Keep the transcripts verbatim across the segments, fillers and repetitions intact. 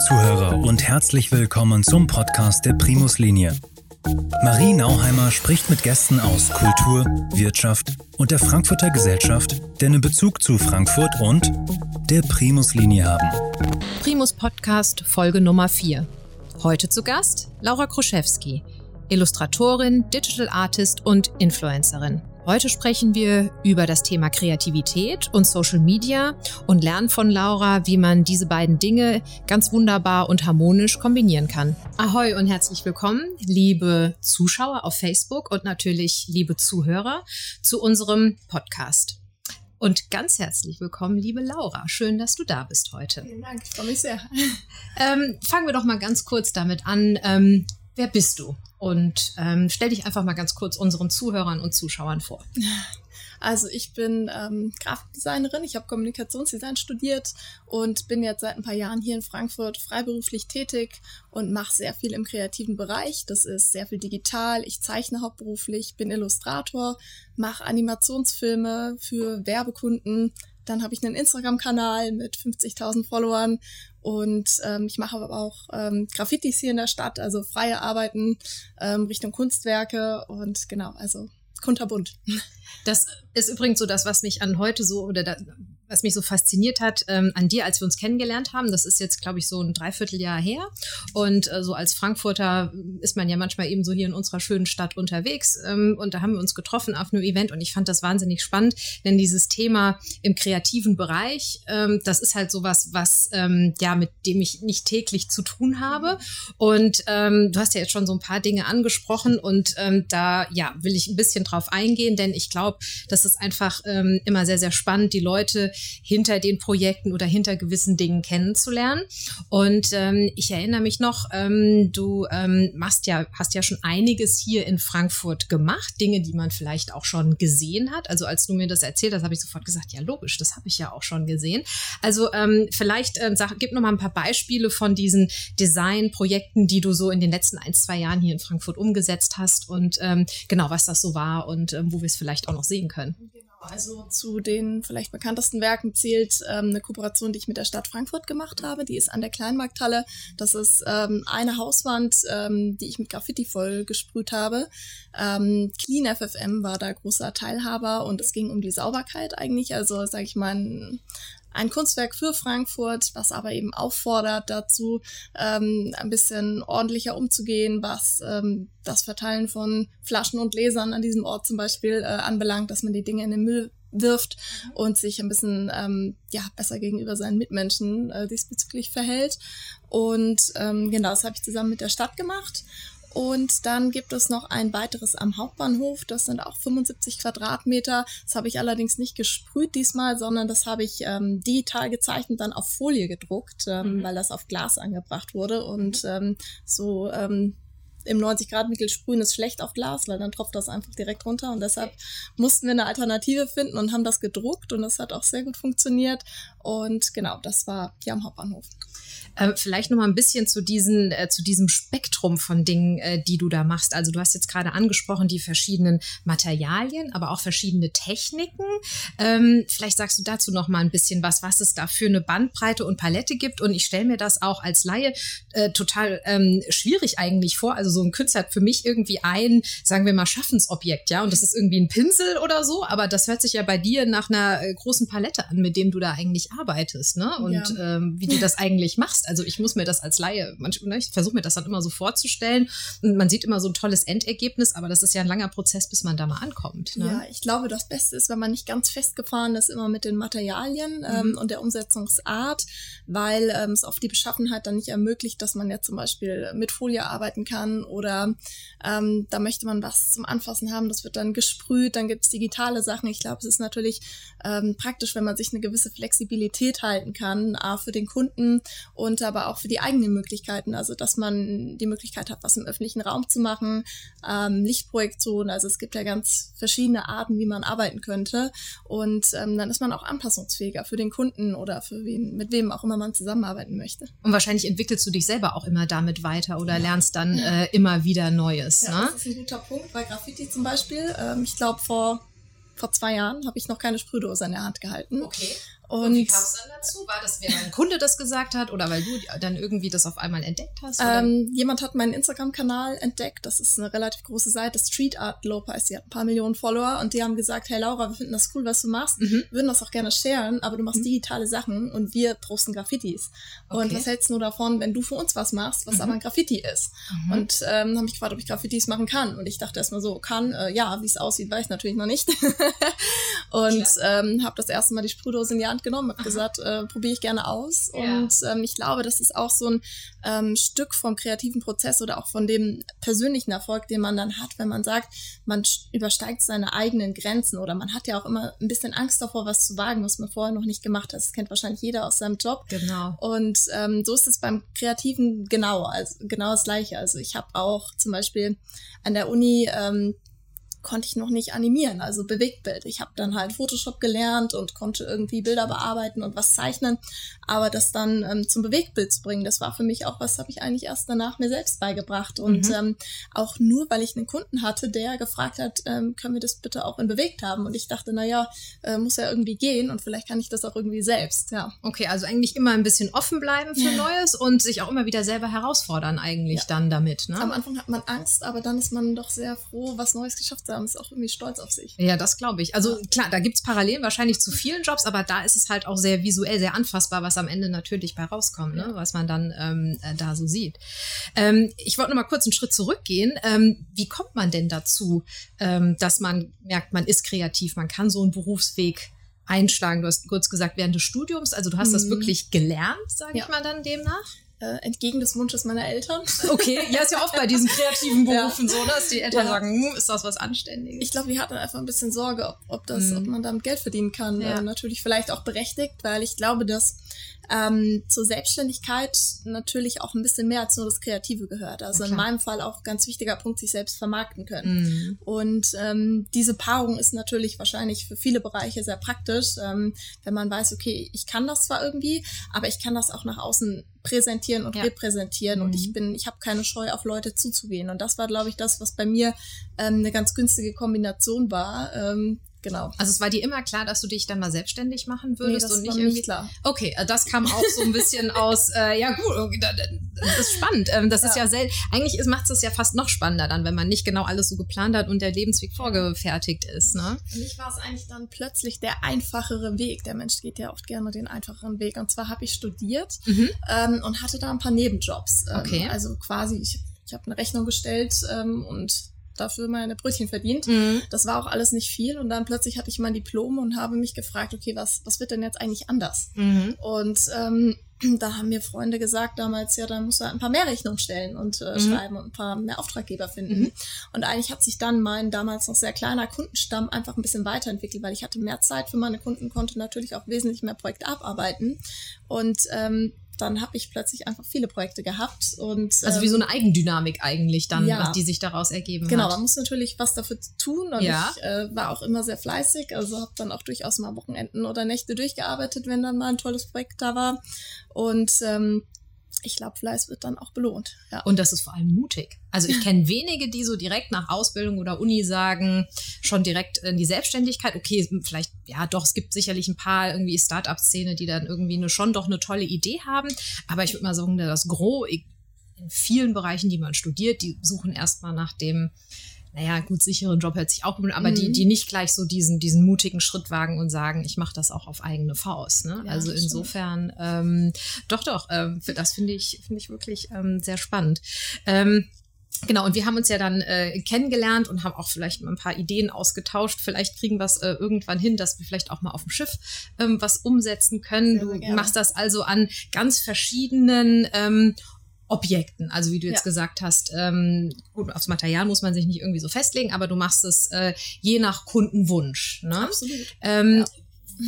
Zuhörer und herzlich willkommen zum Podcast der Primuslinie. Marie Nauheimer spricht mit Gästen aus Kultur, Wirtschaft und der Frankfurter Gesellschaft, die einen Bezug zu Frankfurt und der Primuslinie haben. Primus Podcast Folge Nummer vier. Heute zu Gast Laura Kruszewski, Illustratorin, Digital Artist und Influencerin. Heute sprechen wir über das Thema Kreativität und Social Media und lernen von Laura, wie man diese beiden Dinge ganz wunderbar und harmonisch kombinieren kann. Ahoi und herzlich willkommen, liebe Zuschauer auf Facebook und natürlich liebe Zuhörer zu unserem Podcast. Und ganz herzlich willkommen, liebe Laura. Schön, dass du da bist heute. Vielen Dank, ich freue mich sehr. Ähm, fangen wir doch mal ganz kurz damit an. Ähm, wer bist du? Und ähm, stell dich einfach mal ganz kurz unseren Zuhörern und Zuschauern vor. Also ich bin ähm, Grafikdesignerin, ich habe Kommunikationsdesign studiert und bin jetzt seit ein paar Jahren hier in Frankfurt freiberuflich tätig und mache sehr viel im kreativen Bereich. Das ist sehr viel digital, ich zeichne hauptberuflich, bin Illustrator, mache Animationsfilme für Werbekunden. Dann habe ich einen Instagram-Kanal mit fünfzigtausend Followern und ähm, ich mache aber auch ähm, Graffitis hier in der Stadt, also freie Arbeiten ähm, Richtung Kunstwerke und genau, also kunterbunt. Das ist übrigens so das, was mich an heute so oder da, was mich so fasziniert hat ähm, an dir, als wir uns kennengelernt haben. Das ist jetzt, glaube ich, so ein Dreivierteljahr her. Und äh, so als Frankfurter ist man ja manchmal eben so hier in unserer schönen Stadt unterwegs. Ähm, und da haben wir uns getroffen auf einem Event und ich fand das wahnsinnig spannend, denn dieses Thema im kreativen Bereich, ähm, das ist halt sowas, was ähm, ja mit dem ich nicht täglich zu tun habe. Und ähm, du hast ja jetzt schon so ein paar Dinge angesprochen und ähm, da ja will ich ein bisschen drauf eingehen, denn ich glaube, das ist einfach ähm, immer sehr, sehr spannend, die Leute hinter den Projekten oder hinter gewissen Dingen kennenzulernen. Und ähm, ich erinnere mich noch, ähm, du ähm, machst ja, hast ja schon einiges hier in Frankfurt gemacht, Dinge, die man vielleicht auch schon gesehen hat. Also als du mir das erzählt hast, habe ich sofort gesagt, ja logisch, das habe ich ja auch schon gesehen. Also ähm, vielleicht äh, sag, gib noch mal ein paar Beispiele von diesen Designprojekten, die du so in den letzten ein, zwei Jahren hier in Frankfurt umgesetzt hast und ähm, genau, was das so war und ähm, wo wir es vielleicht auch noch sehen können. Genau, also zu den vielleicht bekanntesten Werken zählt ähm, eine Kooperation, die ich mit der Stadt Frankfurt gemacht habe. Die ist an der Kleinmarkthalle. Das ist ähm, eine Hauswand, ähm, die ich mit Graffiti voll gesprüht habe. Ähm, Clean F F M war da großer Teilhaber und es ging um die Sauberkeit eigentlich. Also sage ich mal, ein Ein Kunstwerk für Frankfurt, was aber eben auffordert dazu, ähm, ein bisschen ordentlicher umzugehen, was ähm, das Verteilen von Flaschen und Gläsern an diesem Ort zum Beispiel äh, anbelangt, dass man die Dinge in den Müll wirft und sich ein bisschen ähm, ja besser gegenüber seinen Mitmenschen äh, diesbezüglich verhält. Und ähm, genau, das habe ich zusammen mit der Stadt gemacht. Und dann gibt es noch ein weiteres am Hauptbahnhof, das sind auch fünfundsiebzig Quadratmeter. Das habe ich allerdings nicht gesprüht diesmal, sondern das habe ich ähm, digital gezeichnet, dann auf Folie gedruckt, ähm, mhm. weil das auf Glas angebracht wurde. Und ähm, so ähm, im neunzig Grad Winkel sprühen ist schlecht auf Glas, weil dann tropft das einfach direkt runter. Und deshalb mussten wir eine Alternative finden und haben das gedruckt. Und das hat auch sehr gut funktioniert. Und genau, das war hier am Hauptbahnhof. Äh, vielleicht noch mal ein bisschen zu diesen, äh, zu diesem Spektrum von Dingen, äh, die du da machst. Also du hast jetzt gerade angesprochen, die verschiedenen Materialien, aber auch verschiedene Techniken. Ähm, vielleicht sagst du dazu noch mal ein bisschen was, was es da für eine Bandbreite und Palette gibt. Und ich stelle mir das auch als Laie äh, total ähm, schwierig eigentlich vor. Also so ein Künstler hat für mich irgendwie ein, sagen wir mal, Schaffensobjekt, ja, und das ist irgendwie ein Pinsel oder so, aber das hört sich ja bei dir nach einer äh, großen Palette an, mit dem du da eigentlich arbeitest, ne? Und ja. ähm, wie du das eigentlich machst. Also ich muss mir das als Laie, manchmal, ich versuche mir das dann immer so vorzustellen und man sieht immer so ein tolles Endergebnis, aber das ist ja ein langer Prozess, bis man da mal ankommt. Ne? Ja, ich glaube, das Beste ist, wenn man nicht ganz festgefahren ist, immer mit den Materialien mhm. ähm, und der Umsetzungsart, weil ähm, es oft die Beschaffenheit dann nicht ermöglicht, dass man ja zum Beispiel mit Folie arbeiten kann oder ähm, da möchte man was zum Anfassen haben, das wird dann gesprüht, dann gibt es digitale Sachen. Ich glaube, es ist natürlich ähm, praktisch, wenn man sich eine gewisse Flexibilität halten kann, A, für den Kunden und aber auch für die eigenen Möglichkeiten, also dass man die Möglichkeit hat, was im öffentlichen Raum zu machen, ähm, Lichtprojektionen, also es gibt ja ganz verschiedene Arten, wie man arbeiten könnte und ähm, dann ist man auch anpassungsfähiger für den Kunden oder für wen, mit wem auch immer man zusammenarbeiten möchte. Und wahrscheinlich entwickelst du dich selber auch immer damit weiter oder lernst dann äh, immer wieder Neues. Ja, ne? Das ist ein guter Punkt bei Graffiti zum Beispiel. Ähm, ich glaube, vor Vor zwei Jahren habe ich noch keine Sprühdose in der Hand gehalten. Okay. Und, und wie kam es dann dazu? War das, weil ein Kunde das gesagt hat oder weil du dann irgendwie das auf einmal entdeckt hast? Ähm, jemand hat meinen Instagram-Kanal entdeckt. Das ist eine relativ große Seite. Street Art Globe heißt, die hat ein paar Millionen Follower und die haben gesagt, hey Laura, wir finden das cool, was du machst. Mhm. Wir würden das auch gerne sharen, aber du machst mhm. digitale Sachen und wir posten Graffitis. Okay. Und was hältst du davon, wenn du für uns was machst, was mhm. aber ein Graffiti ist? Mhm. Und ähm, haben mich gefragt, ob ich Graffitis machen kann. Und ich dachte erstmal so, kann, äh, ja, wie es aussieht, weiß ich natürlich noch nicht. Und ähm, habe das erste Mal die Sprühdose in die Hand genommen, habe gesagt, äh, probiere ich gerne aus. Ja. Und ähm, ich glaube, das ist auch so ein ähm, Stück vom kreativen Prozess oder auch von dem persönlichen Erfolg, den man dann hat, wenn man sagt, man übersteigt seine eigenen Grenzen oder man hat ja auch immer ein bisschen Angst davor, was zu wagen, was man vorher noch nicht gemacht hat. Das kennt wahrscheinlich jeder aus seinem Job. Genau. Und ähm, so ist es beim Kreativen genau, also genau das Gleiche. Also ich habe auch zum Beispiel an der Uni ähm, konnte ich noch nicht animieren, also Bewegtbild. Ich habe dann halt Photoshop gelernt und konnte irgendwie Bilder bearbeiten und was zeichnen, aber das dann ähm, zum Bewegtbild zu bringen, das war für mich auch was, habe ich eigentlich erst danach mir selbst beigebracht und mhm. ähm, auch nur, weil ich einen Kunden hatte, der gefragt hat, ähm, können wir das bitte auch in bewegt haben und ich dachte, naja, äh, muss ja irgendwie gehen und vielleicht kann ich das auch irgendwie selbst, ja. Okay, also eigentlich immer ein bisschen offen bleiben für ja. Neues und sich auch immer wieder selber herausfordern eigentlich ja. dann damit, ne? Am Anfang hat man Angst, aber dann ist man doch sehr froh, was Neues geschafft zu haben, ist auch irgendwie stolz auf sich. Ja, das glaube ich. Also klar, da gibt's Parallelen wahrscheinlich zu vielen Jobs, aber da ist es halt auch sehr visuell, sehr anfassbar, was am Ende natürlich bei rauskommt, ne? Was man dann ähm, da so sieht. Ähm, ich wollte noch mal kurz einen Schritt zurückgehen. Ähm, wie kommt man denn dazu, ähm, dass man merkt, man ist kreativ, man kann so einen Berufsweg einschlagen? Du hast kurz gesagt, während des Studiums, also du hast mhm. das wirklich gelernt, sage ja. ich mal dann demnach? Äh, entgegen des Wunsches meiner Eltern. Okay, ja, ist ja oft bei diesen kreativen Berufen ja. so, dass die Eltern ja. sagen, hm, ist das was Anständiges? Ich glaube, die hatten einfach ein bisschen Sorge, ob, ob, das, mhm. ob man damit Geld verdienen kann. Ja. Äh, natürlich vielleicht auch berechtigt, weil ich glaube, dass ähm, zur Selbstständigkeit natürlich auch ein bisschen mehr als nur das Kreative gehört. Also okay. in meinem Fall auch ganz wichtiger Punkt, sich selbst vermarkten können. Mhm. Und ähm, diese Paarung ist natürlich wahrscheinlich für viele Bereiche sehr praktisch, ähm, wenn man weiß, okay, ich kann das zwar irgendwie, aber ich kann das auch nach außen präsentieren und ja. repräsentieren mhm. und ich bin, ich habe keine Scheu, auf Leute zuzugehen und das war, glaube ich, das, was bei mir ähm, eine ganz günstige Kombination war. Ähm, Genau. Also es war dir immer klar, dass du dich dann mal selbstständig machen würdest? Nee, das und nicht war irgendwie nicht klar. Okay, das kam auch so ein bisschen aus, äh, ja gut, das ist spannend. Ähm, das ja. ist ja selten, eigentlich macht es ja fast noch spannender dann, wenn man nicht genau alles so geplant hat und der Lebensweg vorgefertigt ist, ne? Für mich war es eigentlich dann plötzlich der einfachere Weg. Der Mensch geht ja oft gerne den einfacheren Weg. Und zwar habe ich studiert mhm. ähm, und hatte da ein paar Nebenjobs. Ähm, okay. Also quasi, ich, ich habe eine Rechnung gestellt ähm, und dafür meine Brötchen verdient. Mhm. Das war auch alles nicht viel und dann plötzlich hatte ich mein Diplom und habe mich gefragt, okay, was was wird denn jetzt eigentlich anders? Mhm. Und ähm, da haben mir Freunde gesagt damals, ja, da musst du ein paar mehr Rechnungen stellen und äh, mhm. schreiben und ein paar mehr Auftraggeber finden. Mhm. Und eigentlich hat sich dann mein damals noch sehr kleiner Kundenstamm einfach ein bisschen weiterentwickelt, weil ich hatte mehr Zeit für meine Kunden, konnte natürlich auch wesentlich mehr Projekte abarbeiten und ähm, dann habe ich plötzlich einfach viele Projekte gehabt. Und also wie so eine Eigendynamik eigentlich dann, ja. die sich daraus ergeben genau, hat. Genau, man muss natürlich was dafür tun und ja. ich äh, war auch immer sehr fleißig, also habe dann auch durchaus mal Wochenenden oder Nächte durchgearbeitet, wenn dann mal ein tolles Projekt da war und ähm, ich glaube, Fleiß wird dann auch belohnt. Ja. Und das ist vor allem mutig. Also ich kenne wenige, die so direkt nach Ausbildung oder Uni sagen, schon direkt in die Selbstständigkeit. Okay, vielleicht, ja doch, es gibt sicherlich ein paar irgendwie Start-up-Szene, die dann irgendwie eine, schon doch eine tolle Idee haben. Aber ich würde mal sagen, das Gros in vielen Bereichen, die man studiert, die suchen erstmal nach dem, naja, gut, sicheren Job hört sich auch gut, aber mhm. die, die nicht gleich so diesen, diesen mutigen Schritt wagen und sagen, ich mache das auch auf eigene Faust. Ne? Ja, also insofern, ähm, doch, doch, ähm, das finde ich, finde ich wirklich ähm, sehr spannend. Ähm, Genau, und wir haben uns ja dann äh, kennengelernt und haben auch vielleicht mal ein paar Ideen ausgetauscht. Vielleicht kriegen wir es äh, irgendwann hin, dass wir vielleicht auch mal auf dem Schiff ähm, was umsetzen können. Sehr, sehr du machst das also an ganz verschiedenen ähm, Objekten, also wie du jetzt ja. gesagt hast, ähm, gut, aufs Material muss man sich nicht irgendwie so festlegen, aber du machst es äh, je nach Kundenwunsch. Ne? Absolut. Ähm, ja.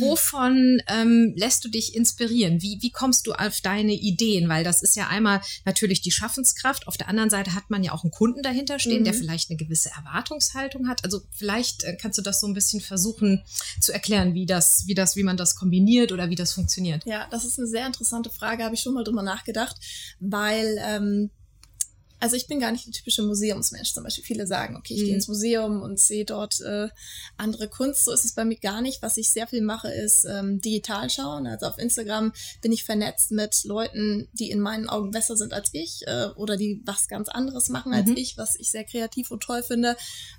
Wovon ähm, lässt du dich inspirieren? Wie, wie kommst du auf deine Ideen? Weil das ist ja einmal natürlich die Schaffenskraft. Auf der anderen Seite hat man ja auch einen Kunden dahinter stehen, mhm. der vielleicht eine gewisse Erwartungshaltung hat. Also vielleicht äh, kannst du das so ein bisschen versuchen zu erklären, wie das, wie das, wie man das kombiniert oder wie das funktioniert. Ja, das ist eine sehr interessante Frage, habe ich schon mal drüber nachgedacht, weil ähm, Also ich bin gar nicht der typische Museumsmensch. Zum Beispiel viele sagen, okay, ich Mhm. gehe ins Museum und sehe dort äh, andere Kunst. So ist es bei mir gar nicht. Was ich sehr viel mache, ist ähm, digital schauen. Also auf Instagram bin ich vernetzt mit Leuten, die in meinen Augen besser sind als ich äh, oder die was ganz anderes machen als Mhm. ich, was ich sehr kreativ und toll finde.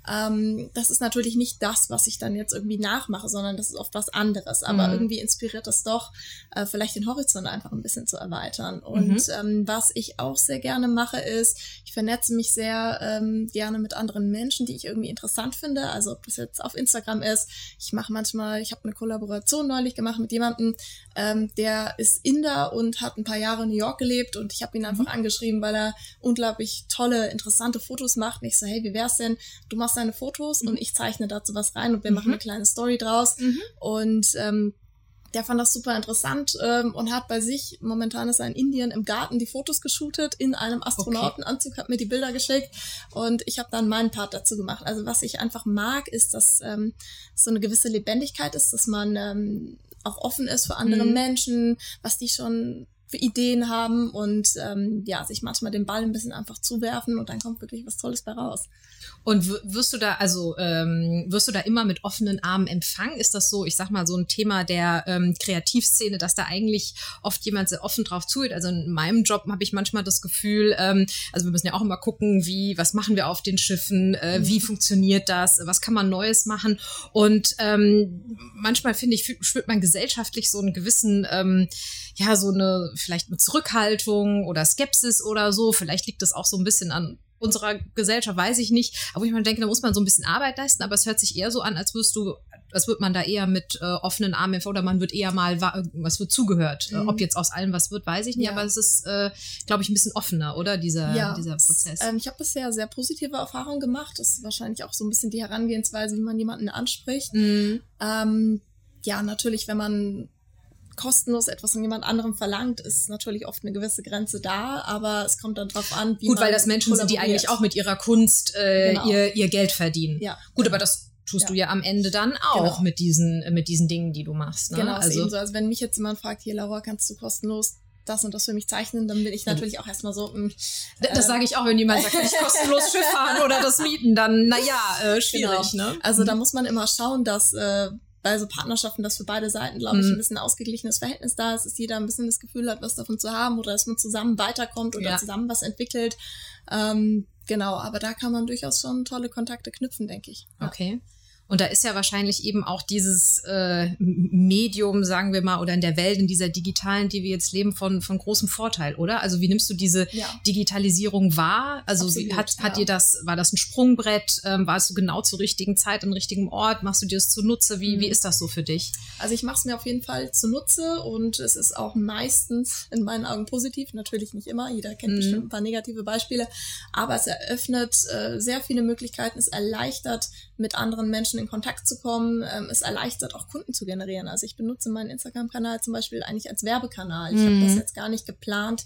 Ähm, das ist natürlich nicht das, was ich dann jetzt irgendwie nachmache, sondern das ist oft was anderes. Aber Mhm. irgendwie inspiriert das doch, äh, vielleicht den Horizont einfach ein bisschen zu erweitern. Und Mhm. ähm, was ich auch sehr gerne mache, ist, ich vernetze mich sehr ähm, gerne mit anderen Menschen, die ich irgendwie interessant finde. Also ob das jetzt auf Instagram ist. Ich mache manchmal, ich habe eine Kollaboration neulich gemacht mit jemandem, ähm, der ist Inder und hat ein paar Jahre in New York gelebt und ich habe ihn einfach angeschrieben, weil er unglaublich tolle, interessante Fotos macht. Und ich so, hey, wie wär's denn? Du machst deine Fotos und ich zeichne dazu was rein und wir machen Mhm. eine kleine Story draus. Mhm. Und ähm, der fand das super interessant ähm, und hat bei sich, momentan ist er in Indien, im Garten die Fotos geshootet in einem Astronautenanzug, hat mir die Bilder geschickt und ich habe dann meinen Part dazu gemacht. Also was ich einfach mag, ist, dass ähm, so eine gewisse Lebendigkeit ist, dass man ähm, auch offen ist für andere Mhm. Menschen, was die schon für Ideen haben und ähm, ja, sich manchmal den Ball ein bisschen einfach zuwerfen und dann kommt wirklich was Tolles bei raus. Und w- wirst du da, also ähm, wirst du da immer mit offenen Armen empfangen? Ist das so, ich sag mal, so ein Thema der ähm, Kreativszene, dass da eigentlich oft jemand sehr offen drauf zuhört? Also in meinem Job habe ich manchmal das Gefühl, ähm, also wir müssen ja auch immer gucken, wie, was machen wir auf den Schiffen, äh, wie funktioniert das, was kann man Neues machen? Und ähm, manchmal, finde ich, fühlt, spürt man gesellschaftlich so einen gewissen, ähm, ja, so eine, vielleicht eine Zurückhaltung oder Skepsis oder so. Vielleicht liegt das auch so ein bisschen an unserer Gesellschaft, weiß ich nicht. Aber wo ich mir denke, da muss man so ein bisschen Arbeit leisten, aber es hört sich eher so an, als wirst du, als wird man da eher mit äh, offenen Armen empfangen oder man wird eher mal, wa- was wird zugehört. Mhm. Äh, ob jetzt aus allem was wird, weiß ich nicht, Ja. aber es ist, äh, glaube ich, ein bisschen offener, oder? Dieser, Ja, dieser Prozess. Ähm, ich habe bisher sehr positive Erfahrungen gemacht. Das ist wahrscheinlich auch so ein bisschen die Herangehensweise, wie man jemanden anspricht. Mhm. Ähm, ja, natürlich, wenn man kostenlos etwas von jemand anderem verlangt, ist natürlich oft eine gewisse Grenze da, aber es kommt dann drauf an, wie Gut, man weil das Menschen sind, die kollaboriert. eigentlich auch mit ihrer Kunst äh, Genau. ihr, ihr Geld verdienen. Ja, Gut, genau. aber das tust Ja. du ja am Ende dann auch Genau. mit diesen, mit diesen Dingen, die du machst. Ne? Genau, ist also eben so. Also wenn mich jetzt jemand fragt, hier Laura, kannst du kostenlos das und das für mich zeichnen, dann bin ich natürlich auch erstmal so, mh, Das das sage ich auch, wenn jemand sagt, kann ich kostenlos Schiff fahren oder das mieten, dann, naja, äh, schwierig, genau. ne? Also da muss man immer schauen, dass äh, bei so Partnerschaften, dass für beide Seiten, glaube ich, Mhm. ein bisschen ausgeglichenes Verhältnis da ist, dass jeder ein bisschen das Gefühl hat, was davon zu haben oder dass man zusammen weiterkommt oder Ja. zusammen was entwickelt. Ähm, genau, aber da kann man durchaus schon tolle Kontakte knüpfen, denke ich. Ja. Okay. Und da ist ja wahrscheinlich eben auch dieses äh, Medium, sagen wir mal, oder in der Welt, in dieser digitalen, die wir jetzt leben, von, von großem Vorteil, oder? Also wie nimmst du diese Ja. Digitalisierung wahr? Also Absolut, wie, hat, hat ja. dir das, war das ein Sprungbrett? Ähm, warst du genau zur richtigen Zeit am richtigen Ort? Machst du dir das zunutze? Wie, Mhm. wie ist das so für dich? Also ich mache es mir auf jeden Fall zunutze und es ist auch meistens in meinen Augen positiv, natürlich nicht immer, jeder kennt Mhm. bestimmt ein paar negative Beispiele, aber es eröffnet äh, sehr viele Möglichkeiten, es erleichtert, mit anderen Menschen in Kontakt zu kommen, ähm, es erleichtert auch Kunden zu generieren. Also ich benutze meinen Instagram-Kanal zum Beispiel eigentlich als Werbekanal. Ich Mhm. habe das jetzt gar nicht geplant,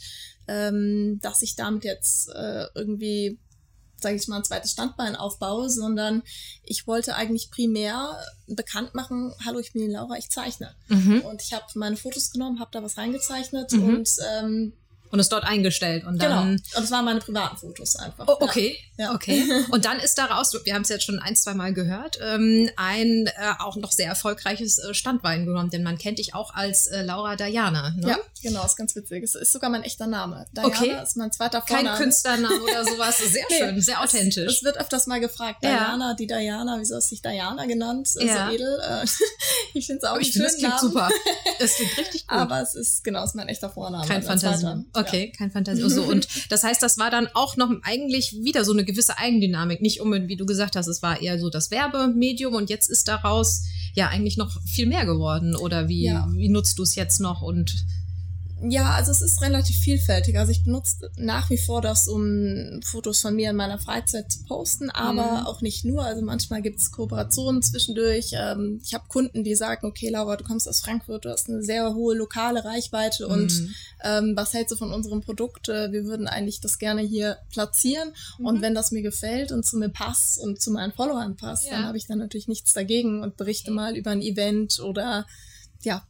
ähm, dass ich damit jetzt äh, irgendwie, sage ich mal, ein zweites Standbein aufbaue, sondern ich wollte eigentlich primär bekannt machen, hallo, ich bin die Laura, ich zeichne. Mhm. Und ich habe meine Fotos genommen, habe da was reingezeichnet Mhm. und ähm, Und es dort eingestellt und genau. dann... Und es waren meine privaten Fotos einfach. Oh, okay, Ja. okay. Und dann ist daraus, wir haben es jetzt schon ein, zwei Mal gehört, ähm, ein äh, auch noch sehr erfolgreiches äh, Standbein genommen, denn man kennt dich auch als äh, Laura Diana. Ne? Ja, genau, ist ganz witzig. Es ist sogar mein echter Name. Diana Okay. ist mein zweiter Kein Vorname. Künstlername oder sowas. Sehr Nee, schön, sehr authentisch. Es, es wird öfters mal gefragt, Ja. Diana, die Diana, wieso ist sich Diana genannt? Äh, Ja. So edel. Äh, ich finde es auch Aber ich einen finde, das schönen klingt Namen. super. Es klingt richtig gut. Aber es ist, genau, es ist mein echter Vorname. Kein mein Fantasie. zweiter. Okay, kein Fantasie. So, und das heißt, das war dann auch noch eigentlich wieder so eine gewisse Eigendynamik. Nicht unbedingt, wie du gesagt hast, es war eher so das Werbemedium und jetzt ist daraus ja eigentlich noch viel mehr geworden. Oder wie, Ja. wie nutzt du es jetzt noch? Und Ja, also es ist relativ vielfältig. Also ich benutze nach wie vor das, um Fotos von mir in meiner Freizeit zu posten, aber Mhm. auch nicht nur. Also manchmal gibt es Kooperationen zwischendurch. Ähm, ich habe Kunden, die sagen, okay, Laura, du kommst aus Frankfurt, du hast eine sehr hohe lokale Reichweite und Mhm. ähm, was hältst du von unserem Produkt? Äh, Wir würden eigentlich das gerne hier platzieren. Und wenn das mir gefällt und zu mir passt und zu meinen Followern passt, Ja. dann habe ich dann natürlich nichts dagegen und berichte mal über ein Event oder ja,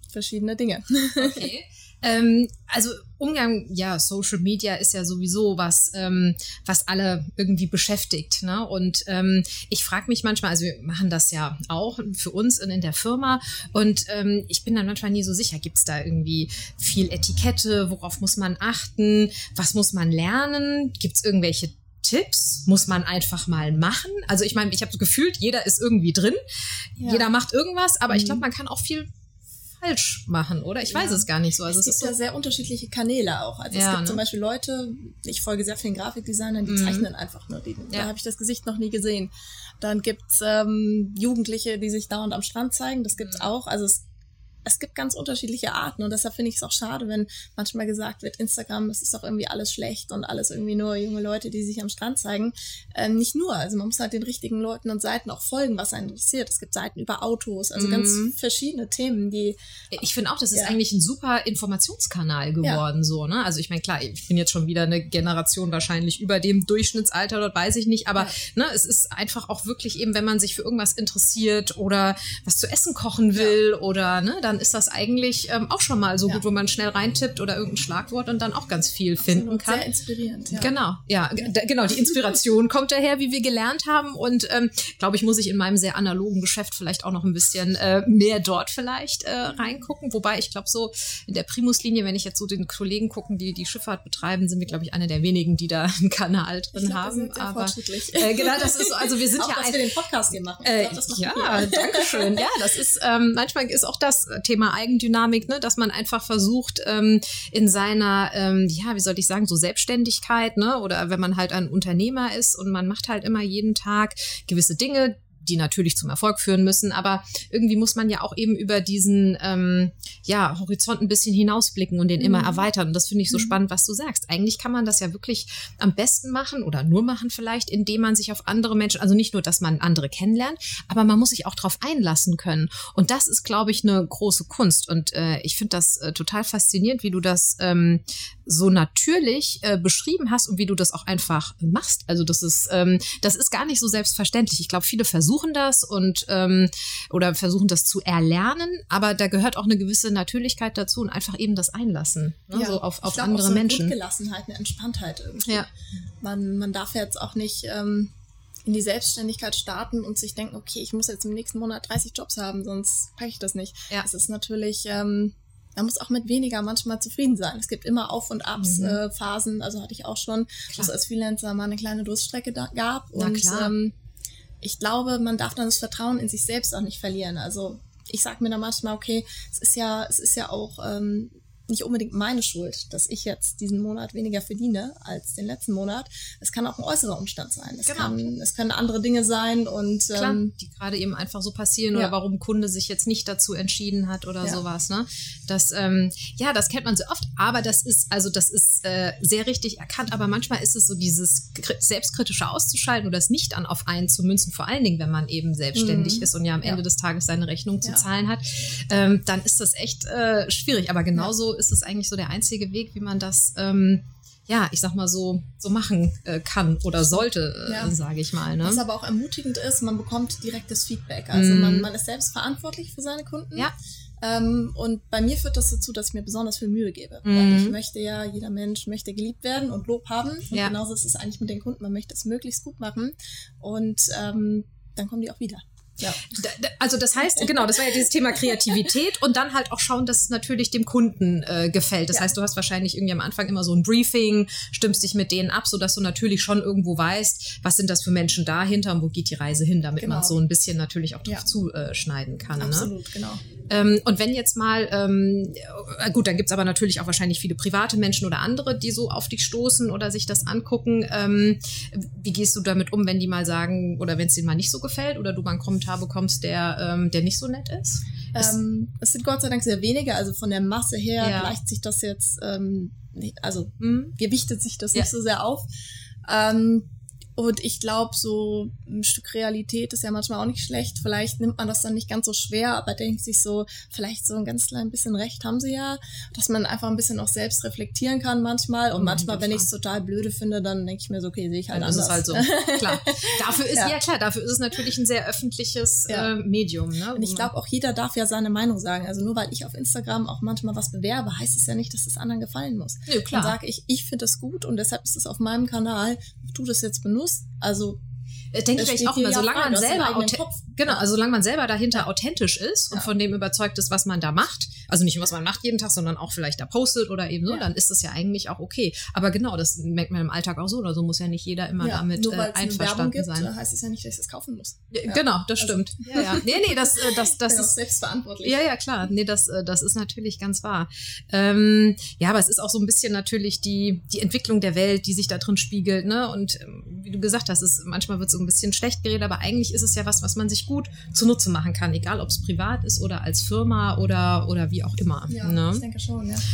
verschiedene Dinge. Okay. Ähm, also Umgang, ja, Social Media ist ja sowieso was, ähm, was alle irgendwie beschäftigt, ne? Und ähm, ich frage mich manchmal, also wir machen das ja auch für uns in, in der Firma und ähm, ich bin dann manchmal nie so sicher, gibt es da irgendwie viel Etikette, worauf muss man achten, was muss man lernen, gibt es irgendwelche Tipps, muss man einfach mal machen? Also ich meine, ich habe so gefühlt, jeder ist irgendwie drin, ja. Jeder macht irgendwas, aber mhm. ich glaube, man kann auch viel falsch machen, oder? Ich ja. weiß es gar nicht so. Also es, es gibt ist so ja sehr unterschiedliche Kanäle auch. Also ja, es gibt ne? zum Beispiel Leute, ich folge sehr vielen Grafikdesignern, die mhm. zeichnen einfach nur. Die, ja. Da habe ich das Gesicht noch nie gesehen. Dann gibt's ähm, Jugendliche, die sich dauernd am Strand zeigen. Das gibt's mhm. auch. Also es Es gibt ganz unterschiedliche Arten und deshalb finde ich es auch schade, wenn manchmal gesagt wird, Instagram, das ist doch irgendwie alles schlecht und alles irgendwie nur junge Leute, die sich am Strand zeigen. Ähm, nicht nur, also man muss halt den richtigen Leuten und Seiten auch folgen, was einen interessiert. Es gibt Seiten über Autos, also mm. ganz verschiedene Themen, die... Ich finde auch, das ist ja. eigentlich ein super Informationskanal geworden, ja. so, ne? Also ich meine, klar, ich bin jetzt schon wieder eine Generation wahrscheinlich über dem Durchschnittsalter, dort weiß ich nicht, aber ja. ne, es ist einfach auch wirklich eben, wenn man sich für irgendwas interessiert oder was zu essen kochen will ja. oder, ne, dann ist das eigentlich ähm, auch schon mal so ja. gut, wo man schnell reintippt oder irgendein Schlagwort und dann auch ganz viel finden Absolut, kann. Sehr inspirierend, ja. Genau, ja, g- genau, die Inspiration kommt daher, wie wir gelernt haben und ähm, glaube ich, muss ich in meinem sehr analogen Geschäft vielleicht auch noch ein bisschen äh, mehr dort vielleicht äh, reingucken, wobei ich glaube so in der Primuslinie, wenn ich jetzt so den Kollegen gucken, die die Schifffahrt betreiben, sind wir glaube ich eine der wenigen, die da einen Kanal drin ich glaub, haben. Wir sind sehr aber fortschrittlich. Äh, genau, das ist so, also wir sind auch, ja dass ein, wir den Podcast hier machen. Äh, glaub, das ja, danke schön. Ja, das ist ähm, manchmal ist auch das Thema Eigendynamik, ne, dass man einfach versucht, ähm, in seiner, ähm, ja, wie soll ich sagen, so Selbstständigkeit, ne, oder wenn man halt ein Unternehmer ist und man macht halt immer jeden Tag gewisse Dinge, die natürlich zum Erfolg führen müssen, aber irgendwie muss man ja auch eben über diesen ähm, ja, Horizont ein bisschen hinausblicken und den mhm. immer erweitern. Und das finde ich so mhm. spannend, was du sagst. Eigentlich kann man das ja wirklich am besten machen oder nur machen vielleicht, indem man sich auf andere Menschen, also nicht nur, dass man andere kennenlernt, aber man muss sich auch darauf einlassen können. Und das ist, glaube ich, eine große Kunst. Und äh, ich finde das äh, total faszinierend, wie du das ähm, so natürlich äh, beschrieben hast und wie du das auch einfach machst. Also das ist, ähm, das ist gar nicht so selbstverständlich. Ich glaube, viele versuchen das und ähm, oder versuchen das zu erlernen, aber da gehört auch eine gewisse Natürlichkeit dazu und einfach eben das Einlassen, ne? Ja, so auf, auf ich glaub, andere auch so eine Menschen. Eine Gelassenheit, eine Entspanntheit irgendwie. Ja. Man, man darf jetzt auch nicht ähm, in die Selbstständigkeit starten und sich denken, okay, ich muss jetzt im nächsten Monat dreißig Jobs haben, sonst packe ich das nicht. Ja. Es ist natürlich... Ähm, Man muss auch mit weniger manchmal zufrieden sein. Es gibt immer Auf- und Abs, mhm. äh, Phasen, also hatte ich auch schon, wo es als Freelancer mal eine kleine Durststrecke da gab. Na, und klar. Ähm, ich glaube, man darf dann das Vertrauen in sich selbst auch nicht verlieren. Also ich sage mir dann manchmal, okay, es ist ja, es ist ja auch ähm, nicht unbedingt meine Schuld, dass ich jetzt diesen Monat weniger verdiene als den letzten Monat. Es kann auch ein äußerer Umstand sein. Es, genau. kann, es können andere Dinge sein und Klar, ähm, die gerade eben einfach so passieren ja. oder warum ein Kunde sich jetzt nicht dazu entschieden hat oder ja. sowas. Ne? Das, ähm, ja, das kennt man sehr oft, aber das ist, also das ist äh, sehr richtig erkannt, aber manchmal ist es so dieses selbstkritische auszuschalten oder es nicht dann auf einen zu münzen, vor allen Dingen, wenn man eben selbstständig mhm. ist und ja am Ende ja. des Tages seine Rechnung zu ja. zahlen hat, ähm, dann ist das echt äh, schwierig. Aber genauso ja. ist es eigentlich so der einzige Weg, wie man das ähm, ja, ich sag mal so, so machen äh, kann oder sollte, äh, ja. sage ich mal. Ne? Was aber auch ermutigend ist, man bekommt direktes Feedback. Also mm. man, man ist selbst verantwortlich für seine Kunden. Ja. Ähm, und bei mir führt das dazu, dass ich mir besonders viel Mühe gebe. Mm. Weil ich möchte ja, jeder Mensch möchte geliebt werden und Lob haben. Und ja. genauso ist es eigentlich mit den Kunden. Man möchte es möglichst gut machen. Und ähm, dann kommen die auch wieder. Ja. Also das heißt, genau, das war ja dieses Thema Kreativität und dann halt auch schauen, dass es natürlich dem Kunden äh, gefällt. Das ja. heißt, du hast wahrscheinlich irgendwie am Anfang immer so ein Briefing, stimmst dich mit denen ab, sodass du natürlich schon irgendwo weißt, was sind das für Menschen dahinter und wo geht die Reise hin, damit genau. man so ein bisschen natürlich auch drauf ja. zuschneiden kann. Absolut, ne? genau. Ähm, und wenn jetzt mal, ähm, gut, dann gibt's aber natürlich auch wahrscheinlich viele private Menschen oder andere, die so auf dich stoßen oder sich das angucken. Ähm, wie gehst du damit um, wenn die mal sagen oder wenn es denen mal nicht so gefällt oder du mal einen Kommentar bekommst, der, ähm, der nicht so nett ist? Ähm, es sind Gott sei Dank sehr wenige, also von der Masse her ja. gleicht sich das jetzt, ähm, nicht, also mhm. gewichtet sich das ja. nicht so sehr auf. Ähm, Und ich glaube, so ein Stück Realität ist ja manchmal auch nicht schlecht. Vielleicht nimmt man das dann nicht ganz so schwer, aber denkt sich so, vielleicht so ein ganz klein bisschen recht haben sie ja, dass man einfach ein bisschen auch selbst reflektieren kann manchmal. Und manchmal, wenn ich es total blöde finde, dann denke ich mir so, okay, sehe ich halt dann anders. Ist es halt so, klar. Dafür ist, ja. ja klar, dafür ist es natürlich ein sehr öffentliches ja. äh, Medium. Ne? Und ich glaube, auch jeder darf ja seine Meinung sagen. Also nur weil ich auf Instagram auch manchmal was bewerbe, heißt es ja nicht, dass es anderen gefallen muss. Ja, klar. Dann sage ich, ich finde das gut und deshalb ist es auf meinem Kanal, du das jetzt benutzt. Also denke ich auch immer, solange man selber Kopf. genau, also solange man selber dahinter ja. authentisch ist und ja. von dem überzeugt ist, was man da macht, also nicht was man macht jeden Tag, sondern auch vielleicht da postet oder eben so, ja. dann ist das ja eigentlich auch okay. Aber genau, das merkt man im Alltag auch so oder so, muss ja nicht jeder immer ja, damit nur äh, einverstanden gibt, sein. Heißt es ja nicht, dass ich das kaufen muss. Ja. Genau, das also, stimmt. Ja, ja. Nee, nee, das, das, das ist ist selbstverantwortlich. Ja, ja, klar. Nee, das, das ist natürlich ganz wahr. Ähm, ja, aber es ist auch so ein bisschen natürlich die, die Entwicklung der Welt, die sich da drin spiegelt, ne? Und ähm, wie du gesagt hast, ist, manchmal wird so ein bisschen schlecht geredet, aber eigentlich ist es ja was, was man sich gut zunutze machen kann, egal ob es privat ist oder als Firma oder, oder wie auch immer. Ja, ne? ich denke schon, ja.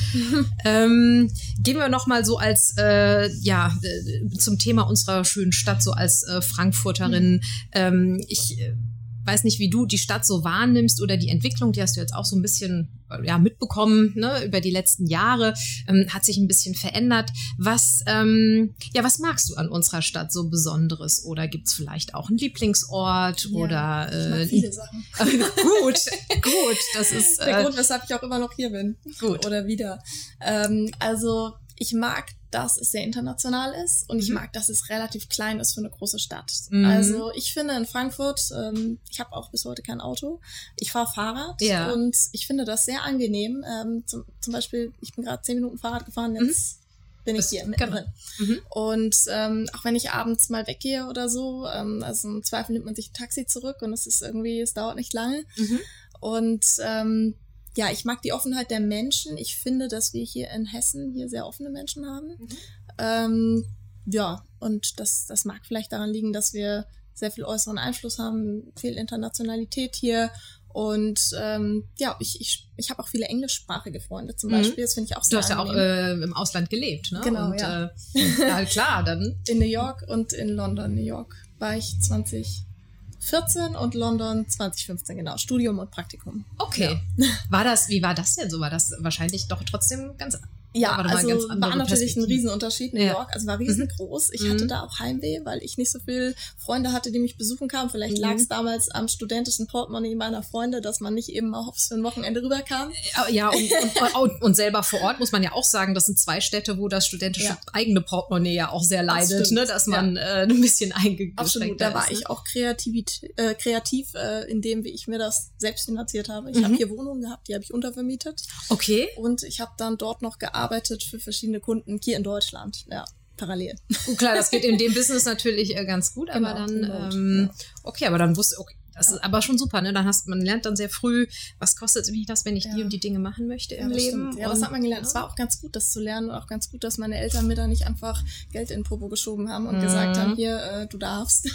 ähm, gehen wir noch mal so als, äh, ja, äh, zum Thema unserer schönen Stadt, so als äh, Frankfurterin. Mhm. Ähm, ich äh, weiß nicht, wie du die Stadt so wahrnimmst oder die Entwicklung, die hast du jetzt auch so ein bisschen ja, mitbekommen, ne, über die letzten Jahre, ähm, hat sich ein bisschen verändert. Was, ähm, ja, was magst du an unserer Stadt so Besonderes? Oder gibt's vielleicht auch einen Lieblingsort? Ja, oder äh, ich mag viele Sachen. Gut, gut. Das ist der äh, Grund, weshalb ich auch immer noch hier bin. Gut. Oder wieder. Ähm, also ich mag, dass es sehr international ist und mhm. ich mag, dass es relativ klein ist für eine große Stadt. Mhm. Also ich finde in Frankfurt, ähm, ich habe auch bis heute kein Auto, ich fahre Fahrrad ja. und ich finde das sehr angenehm. Ähm, zum, zum Beispiel, ich bin gerade zehn Minuten Fahrrad gefahren, jetzt mhm. bin ich das, hier mittendrin. Mhm. Und ähm, auch wenn ich abends mal weggehe oder so, ähm, also im Zweifel nimmt man sich ein Taxi zurück und es ist irgendwie, es dauert nicht lange. Mhm. Und ähm, ja, ich mag die Offenheit der Menschen. Ich finde, dass wir hier in Hessen hier sehr offene Menschen haben. Mhm. Ähm, ja, und das, das mag vielleicht daran liegen, dass wir sehr viel äußeren Einfluss haben, viel Internationalität hier. Und ähm, ja, ich, ich, ich habe auch viele englischsprachige Freunde zum Beispiel. Mhm. Das finde ich auch sehr Du hast angenehm. ja auch äh, im Ausland gelebt, ne? Genau, und, ja. Äh, ja, klar, dann. In New York und in London. New York war ich zwanzig vierzehn und London zwanzig fünfzehn, genau. Studium und Praktikum. Okay. Ja. War das, wie war das denn so? War das wahrscheinlich doch trotzdem ganz Ja, war also ganz war natürlich ein Riesenunterschied. New ja. York, also war riesengroß. Ich mhm. hatte da auch Heimweh, weil ich nicht so viel Freunde hatte, die mich besuchen kamen. Vielleicht mhm. lag es damals am studentischen Portemonnaie meiner Freunde, dass man nicht eben mal hops für ein Wochenende rüberkam. Ja, und, und, und, und selber vor Ort muss man ja auch sagen, das sind zwei Städte, wo das studentische ja. eigene Portemonnaie ja auch sehr leidet, das ne, dass man ja. äh, ein bisschen eingeschränkt ist. Absolut, da war ist, ich auch kreativ, äh, kreativ äh, in dem, wie ich mir das selbst finanziert habe. Ich mhm. habe hier Wohnungen gehabt, die habe ich untervermietet. Okay. Und ich habe dann dort noch gearbeitet für verschiedene Kunden hier in Deutschland, ja, parallel. Gut, klar, das geht in dem Business natürlich äh, ganz gut, genau, aber dann, remote, ähm, ja. okay, aber dann wusste, okay, das ist aber schon super, ne? Dann hast man lernt dann sehr früh, was kostet mich das, wenn ich ja. die und die Dinge machen möchte im ja, Leben. Stimmt. Ja, das hat man gelernt. Es war auch ganz gut, das zu lernen und auch ganz gut, dass meine Eltern mir da nicht einfach Geld in den Popo geschoben haben und mhm. gesagt haben, hier, äh, du darfst.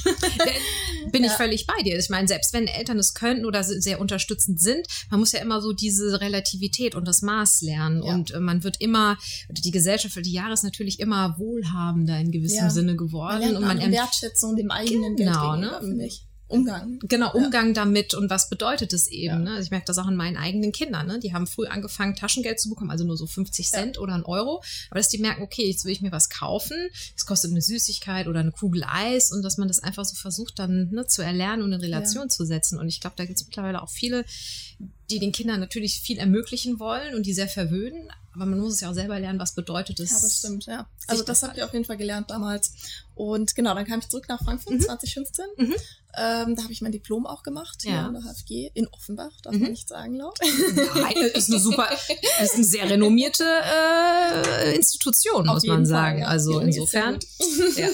Bin ja. ich völlig bei dir. Ich meine, selbst wenn Eltern es könnten oder sehr unterstützend sind, man muss ja immer so diese Relativität und das Maß lernen ja. und äh, man wird immer, die Gesellschaft für die Jahre ist natürlich immer wohlhabender in gewissem ja. Sinne geworden. Man lernt und man eine Wertschätzung dem eigenen genau, Geld gegenüber, ne? finde ich. Umgang. Genau, Umgang ja. damit und was bedeutet es eben. Ja. Ne? Also ich merke das auch an meinen eigenen Kindern. Ne? Die haben früh angefangen, Taschengeld zu bekommen, also nur so fünfzig Cent ja. oder ein Euro. Aber dass die merken, okay, jetzt will ich mir was kaufen, es kostet eine Süßigkeit oder eine Kugel Eis und dass man das einfach so versucht dann ne, zu erlernen und in Relation ja. zu setzen. Und ich glaube, da gibt es mittlerweile auch viele, die den Kindern natürlich viel ermöglichen wollen und die sehr verwöhnen. Aber man muss es ja auch selber lernen, was bedeutet es. Ja, das stimmt, ja. Also das habt ihr auf jeden Fall gelernt damals. Und genau, dann kam ich zurück nach Frankfurt mhm. zwanzig fünfzehn. Mhm. Ähm, da habe ich mein Diplom auch gemacht, ja. hier an der H F G in Offenbach, darf mhm. man nicht sagen laut. Nein, ist eine super, ist eine sehr renommierte äh, Institution, auf muss man sagen. Fall, ja. Also insofern. Ja.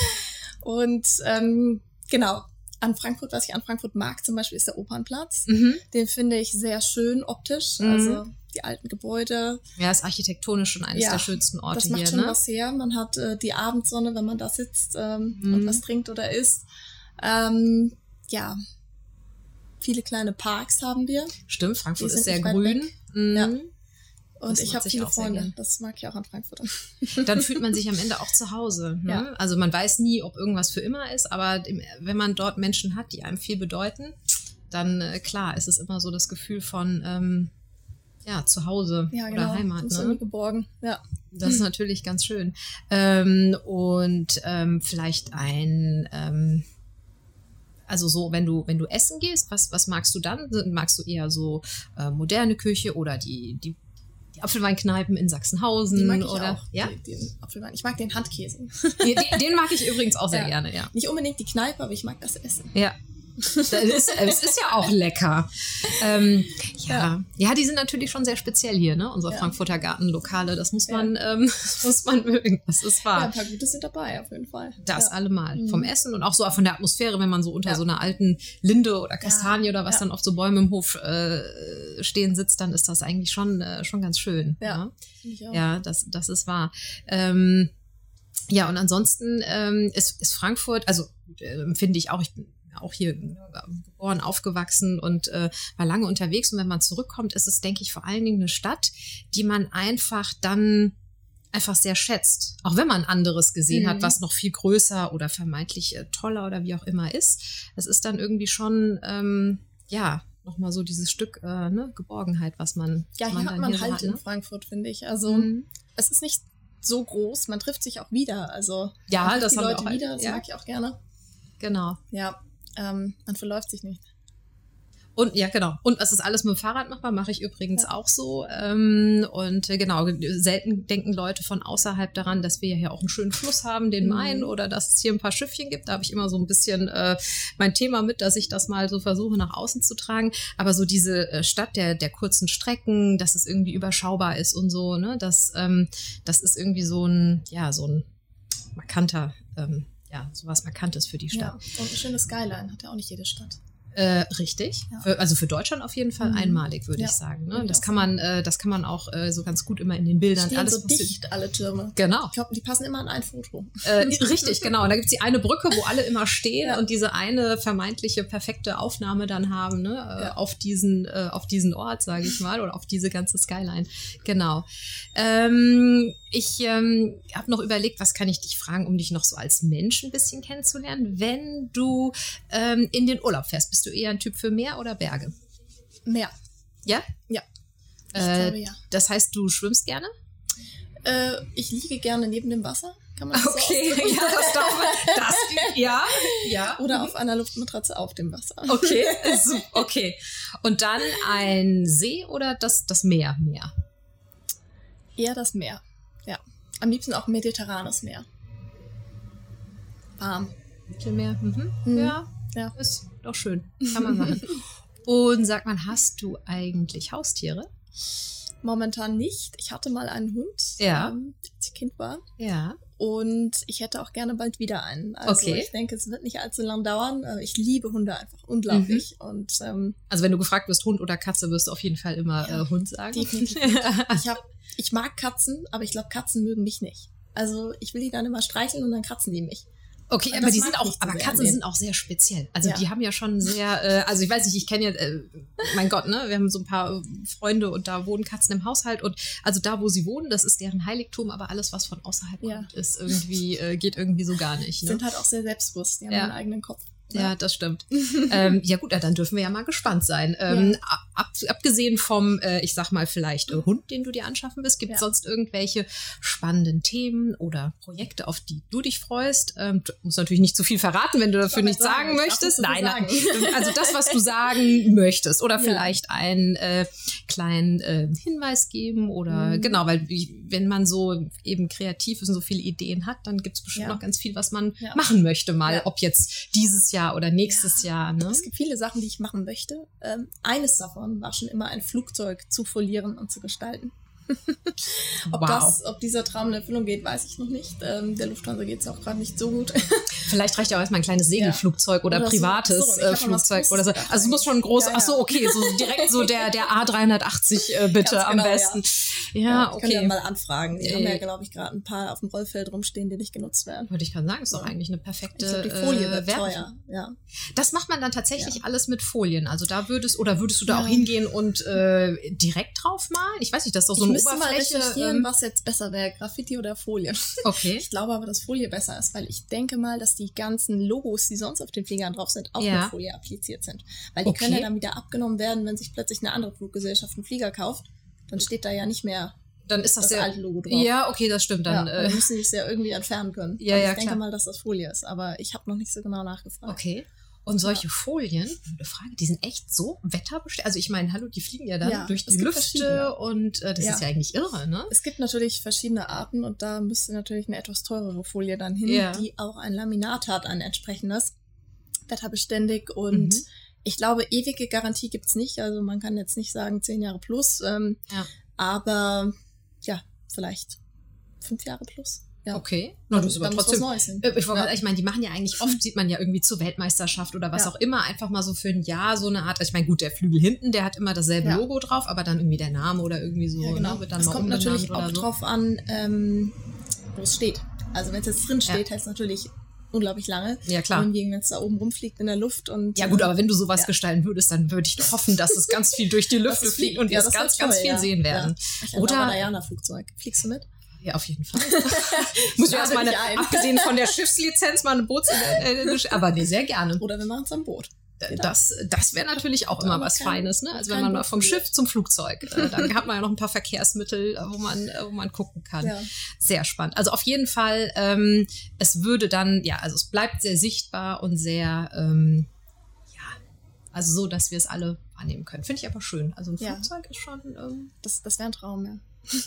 Und ähm, genau. An Frankfurt, was ich an Frankfurt mag zum Beispiel, ist der Opernplatz. Mhm. Den finde ich sehr schön optisch, mhm. also die alten Gebäude. Ja, ist architektonisch schon eines ja, der schönsten Orte hier. Das macht hier, schon ne? was her. Man hat äh, die Abendsonne, wenn man da sitzt ähm, mhm. und was trinkt oder isst. Ähm, ja, viele kleine Parks haben wir. Stimmt, Frankfurt ist sehr grün. Mhm. Ja. Und ich habe viele Freunde, das mag ich auch an Frankfurt. Dann fühlt man sich am Ende auch zu Hause. Ne? Ja. Also man weiß nie, ob irgendwas für immer ist, aber wenn man dort Menschen hat, die einem viel bedeuten, dann äh, klar, ist es immer so das Gefühl von ähm, ja, zu Hause ja, genau. oder Heimat. Das ist ne? geborgen, ja. Das ist natürlich ganz schön. Ähm, und ähm, vielleicht ein... Ähm, Also so, wenn du, wenn du essen gehst, was, was magst du dann? Magst du eher so äh, moderne Küche oder die, die, die Apfelweinkneipen in Sachsenhausen? Die mag ich oder? auch, ja? die, den Apfelwein. Ich mag den Handkäse. Den, den mag ich übrigens auch sehr ja. gerne, ja. Nicht unbedingt die Kneipe, aber ich mag das Essen. Ja. Das ist, es ist ja auch lecker. Ähm, ja. ja, ja, die sind natürlich schon sehr speziell hier, ne? Unsere ja. Frankfurter Gartenlokale. Das muss man, ja. ähm, das muss man mögen. Das ist wahr. Ja, ein paar Gute sind dabei, auf jeden Fall. Das ja. allemal. Mhm. Vom Essen und auch so von der Atmosphäre, wenn man so unter ja. so einer alten Linde oder Kastanie ja. oder was ja. dann auf so Bäumen im Hof äh, stehen sitzt, dann ist das eigentlich schon, äh, schon ganz schön. Ja, ja? Ich auch. Ja, das, das ist wahr. Ähm, ja, und ansonsten ähm, ist, ist Frankfurt, also äh, finde ich auch, ich bin auch hier geboren, aufgewachsen und äh, war lange unterwegs. Und wenn man zurückkommt, ist es, denke ich, vor allen Dingen eine Stadt, die man einfach dann einfach sehr schätzt. Auch wenn man anderes gesehen mhm. hat, was noch viel größer oder vermeintlich äh, toller oder wie auch immer ist. Es ist dann irgendwie schon, ähm, ja, nochmal so dieses Stück äh, ne, Geborgenheit, was man Ja, hier man hat man hier halt so hat, in ne? Frankfurt, finde ich. Also mhm. es ist nicht so groß, man trifft sich auch wieder. Also ja, man trifft das die haben Leute wir auch wieder, das ja. mag ich auch gerne. Genau. Ja, ähm, man verläuft sich nicht. Und ja, genau. Und es ist alles mit dem Fahrrad machbar, mache ich übrigens ja. auch so. Ähm, und äh, genau, selten denken Leute von außerhalb daran, dass wir ja hier auch einen schönen Fluss haben, den Main, mhm. oder dass es hier ein paar Schiffchen gibt. Da habe ich immer so ein bisschen äh, mein Thema mit, dass ich das mal so versuche, nach außen zu tragen. Aber so diese äh, Stadt der, der kurzen Strecken, dass es irgendwie überschaubar ist und so, ne, das, ähm, das ist irgendwie so ein, ja, so ein markanter, ähm, ja, sowas Markantes für die Stadt. Ja, und ein schönes Skyline hat ja auch nicht jede Stadt. Äh, richtig. Ja. Für, also für Deutschland auf jeden Fall mhm. einmalig, würde ja. ich sagen. Ne? Das kann man, äh, das kann man auch äh, so ganz gut immer in den Bildern. Stehen alles so dicht, alle Türme. Genau. Ich glaube, die passen immer an ein Foto. Äh, richtig, genau. Und da gibt's die eine Brücke, wo alle immer stehen ja. und diese eine vermeintliche perfekte Aufnahme dann haben, ne? Äh, ja. auf diesen, äh, auf diesen Ort, sage ich mal, oder auf diese ganze Skyline. Genau. Ähm, ich ähm, habe noch überlegt, was kann ich dich fragen, um dich noch so als Mensch ein bisschen kennenzulernen. Wenn du ähm, in den Urlaub fährst, bist du eher ein Typ für Meer oder Berge? Meer. Ja? Ja. Ich äh, glaube, ja. Das heißt, du schwimmst gerne? Äh, ich liege gerne neben dem Wasser. Kann man das okay, so ja, das darf man. Das, ja, ja. Oder auf einer Luftmatratze auf dem Wasser. Okay, okay. Und dann ein See oder das, das Meer? Meer? Eher das Meer, ja. Am liebsten auch mediterranes Meer. Warm. Mittelmeer, mhm. Mhm. Ja, ja, ist doch schön. Kann man machen. Und sag mal, hast du eigentlich Haustiere? Momentan nicht. Ich hatte mal einen Hund, ja. ähm, als ich Kind war. Ja. Und ich hätte auch gerne bald wieder einen. Also okay. ich denke, es wird nicht allzu lang dauern. Ich liebe Hunde einfach unglaublich. Mhm. Und, ähm, also wenn du gefragt wirst, Hund oder Katze, wirst du auf jeden Fall immer ja, äh, Hund sagen. Definitiv. ich, hab, ich mag Katzen, aber ich glaube, Katzen mögen mich nicht. Also ich will die dann immer streicheln und dann kratzen die mich. Okay, aber die sind auch, aber Katzen sind auch sehr speziell. Also ja. die haben ja schon sehr, äh, also ich weiß nicht, ich kenne ja, äh, mein Gott, ne, wir haben so ein paar Freunde und da wohnen Katzen im Haushalt und also da, wo sie wohnen, das ist deren Heiligtum, aber alles, was von außerhalb ja. kommt, ist irgendwie, äh, geht irgendwie so gar nicht. Ne? Sind halt auch sehr selbstbewusst, die haben ja. einen eigenen Kopf. Ja, ja, das stimmt. ähm, ja gut, dann dürfen wir ja mal gespannt sein. Ähm, ja. ab, abgesehen vom, äh, ich sag mal, vielleicht äh, Hund, den du dir anschaffen willst, gibt es ja. sonst irgendwelche spannenden Themen oder Projekte, auf die du dich freust? Ähm, du musst natürlich nicht zu viel verraten, wenn du dafür nichts sagen, sagen möchtest. Nein, nein. Also das, was du sagen möchtest. Oder ja. vielleicht einen äh, kleinen äh, Hinweis geben oder mhm. genau, weil wenn man so eben kreativ ist und so viele Ideen hat, dann gibt es bestimmt ja. noch ganz viel, was man ja. machen möchte mal, ja. ob jetzt dieses Jahr oder nächstes ja, Jahr. Ne? Es gibt viele Sachen, die ich machen möchte. Ähm, eines davon war schon immer ein Flugzeug zu folieren und zu gestalten. ob, wow. das, ob dieser Traum in Erfüllung geht, weiß ich noch nicht. Ähm, der Lufthansa geht es auch gerade nicht so gut. Vielleicht reicht ja auch erstmal ein kleines Segelflugzeug ja. oder, oder privates so. So, Flugzeug oder so. Also es muss schon groß, ja, ja. ach so, okay, so direkt so der, der A dreihundertachtzig äh, bitte Ganz am genau, besten. Ja, ja, ja okay. Können wir mal anfragen. Die äh, haben ja, glaube ich, gerade ein paar auf dem Rollfeld rumstehen, die nicht genutzt werden. Würde ich gerade sagen, ist doch ja. eigentlich eine perfekte ich glaub, die Folie äh, wird teuer. Ja. Das macht man dann tatsächlich ja. alles mit Folien. Also da würdest, oder würdest du da ja. auch hingehen und äh, direkt drauf malen? Ich weiß nicht, das ist doch so ein müsste mal Oberfläche. recherchieren, Ähm, was jetzt besser wäre, Graffiti oder Folie. okay. Ich glaube aber, dass Folie besser ist, weil ich denke mal, dass die ganzen Logos, die sonst auf den Fliegern drauf sind, auch Ja. mit Folie appliziert sind. Weil die Okay. können ja dann wieder abgenommen werden, wenn sich plötzlich eine andere Fluggesellschaft einen Flieger kauft. Dann steht da ja nicht mehr Dann ist das, das ja. alte Logo drauf. Ja, okay, das stimmt. Dann, ja, äh, dann müssen sie es ja irgendwie entfernen können. Ja, Aber ja, ich denke klar. mal, dass das Folie ist, aber ich habe noch nicht so genau nachgefragt. okay. Und solche Folien, eine Frage, die sind echt so wetterbeständig. Also ich meine, hallo, die fliegen ja dann Ja, durch es die gibt Lüfte verschiedene. und äh, das Ja. ist ja eigentlich irre, ne? Es gibt natürlich verschiedene Arten und da müsste natürlich eine etwas teurere Folie dann hin, Ja. die auch ein Laminat hat, ein entsprechendes, wetterbeständig und Mhm. ich glaube, ewige Garantie gibt's nicht. Also man kann jetzt nicht sagen zehn Jahre plus, ähm, Ja. aber ja, vielleicht fünf Jahre plus. Ja. Okay. Na, das ist aber Da muss trotzdem. was Neues hin. Äh, Ich, wollte Ja. gerade- ich meine, die machen ja eigentlich oft, sieht man ja irgendwie zur Weltmeisterschaft oder was Ja. auch immer, einfach mal so für ein Jahr so eine Art. Also ich meine, gut, der Flügel hinten, der hat immer dasselbe Ja. Logo drauf, aber dann irgendwie der Name oder irgendwie so, Ja, genau. ne, wird dann Es mal kommt umbenannt natürlich auch oder so. drauf an, ähm, wo es steht. Also wenn es jetzt drin Ja. steht, heißt es natürlich unglaublich lange. Ja, klar. Hingegen, wenn es da oben rumfliegt in der Luft und Ja gut, aber wenn du sowas Ja. gestalten würdest, dann würde ich doch hoffen, dass es ganz viel durch die Lüfte dass es fliegt und wir Ja, es das ganz, wär ganz toll, viel ja. sehen werden. Ja. Ich ein Oder- Diana-Flugzeug. Fliegst du mit? Ja, auf jeden Fall. Muss ja Lade erstmal, dich eine- ein. abgesehen von der Schiffslizenz, mal eine Boots... Äh, äh, aber nee, sehr gerne. Oder wir machen es am Boot. Das, das wäre natürlich auch immer Aber was kein- Feines, ne? Also wenn kein man mal Boot vom probiert. Schiff zum Flugzeug, äh, dann hat man ja noch ein paar Verkehrsmittel, äh, wo man, äh, wo man gucken kann. Ja. Sehr spannend. Also auf jeden Fall, ähm, es würde dann, ja, also es bleibt sehr sichtbar und sehr, ähm, ja, also so, dass wir es alle wahrnehmen können. Finde ich aber schön. Also ein Ja. Flugzeug ist schon ähm, Das, das wäre ein Traum, ja.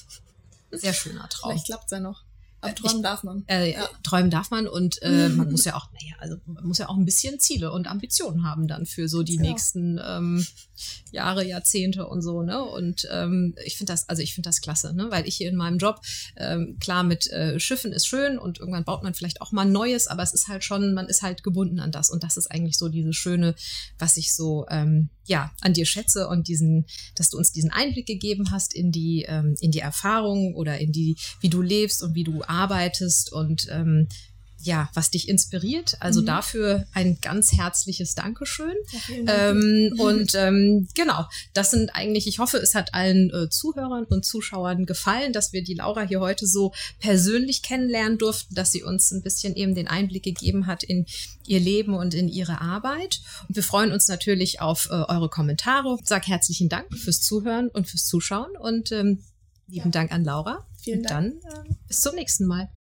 ein sehr schöner Traum. Vielleicht klappt es ja noch. Aber Äh, träumen ich- darf man. Äh, Ja. Träumen darf man und äh, man muss ja auch, naja, also man muss ja auch ein bisschen Ziele und Ambitionen haben dann für so die Ja. nächsten ähm, Jahre, Jahrzehnte und so, ne? Und ähm, ich finde das, also ich finde das klasse, ne? Weil ich hier in meinem Job, ähm, klar, mit äh, Schiffen ist schön und irgendwann baut man vielleicht auch mal ein Neues, aber es ist halt schon, man ist halt gebunden an das und das ist eigentlich so dieses Schöne, was ich so ähm, ja an dir schätze und diesen, dass du uns diesen Einblick gegeben hast in die ähm, in die Erfahrung oder in die, wie du lebst und wie du arbeitest und ähm, ja, was dich inspiriert. Also Mhm. dafür ein ganz herzliches Dankeschön. Ja, vielen Dank. Ähm, und ähm, genau, das sind eigentlich, ich hoffe, es hat allen äh, Zuhörern und Zuschauern gefallen, dass wir die Laura hier heute so persönlich kennenlernen durften, dass sie uns ein bisschen eben den Einblick gegeben hat in ihr Leben und in ihre Arbeit. Und wir freuen uns natürlich auf äh, eure Kommentare. Sag herzlichen Dank fürs Zuhören und fürs Zuschauen und ähm, lieben Ja. Dank an Laura. Vielen und Dank. dann äh, bis zum nächsten Mal.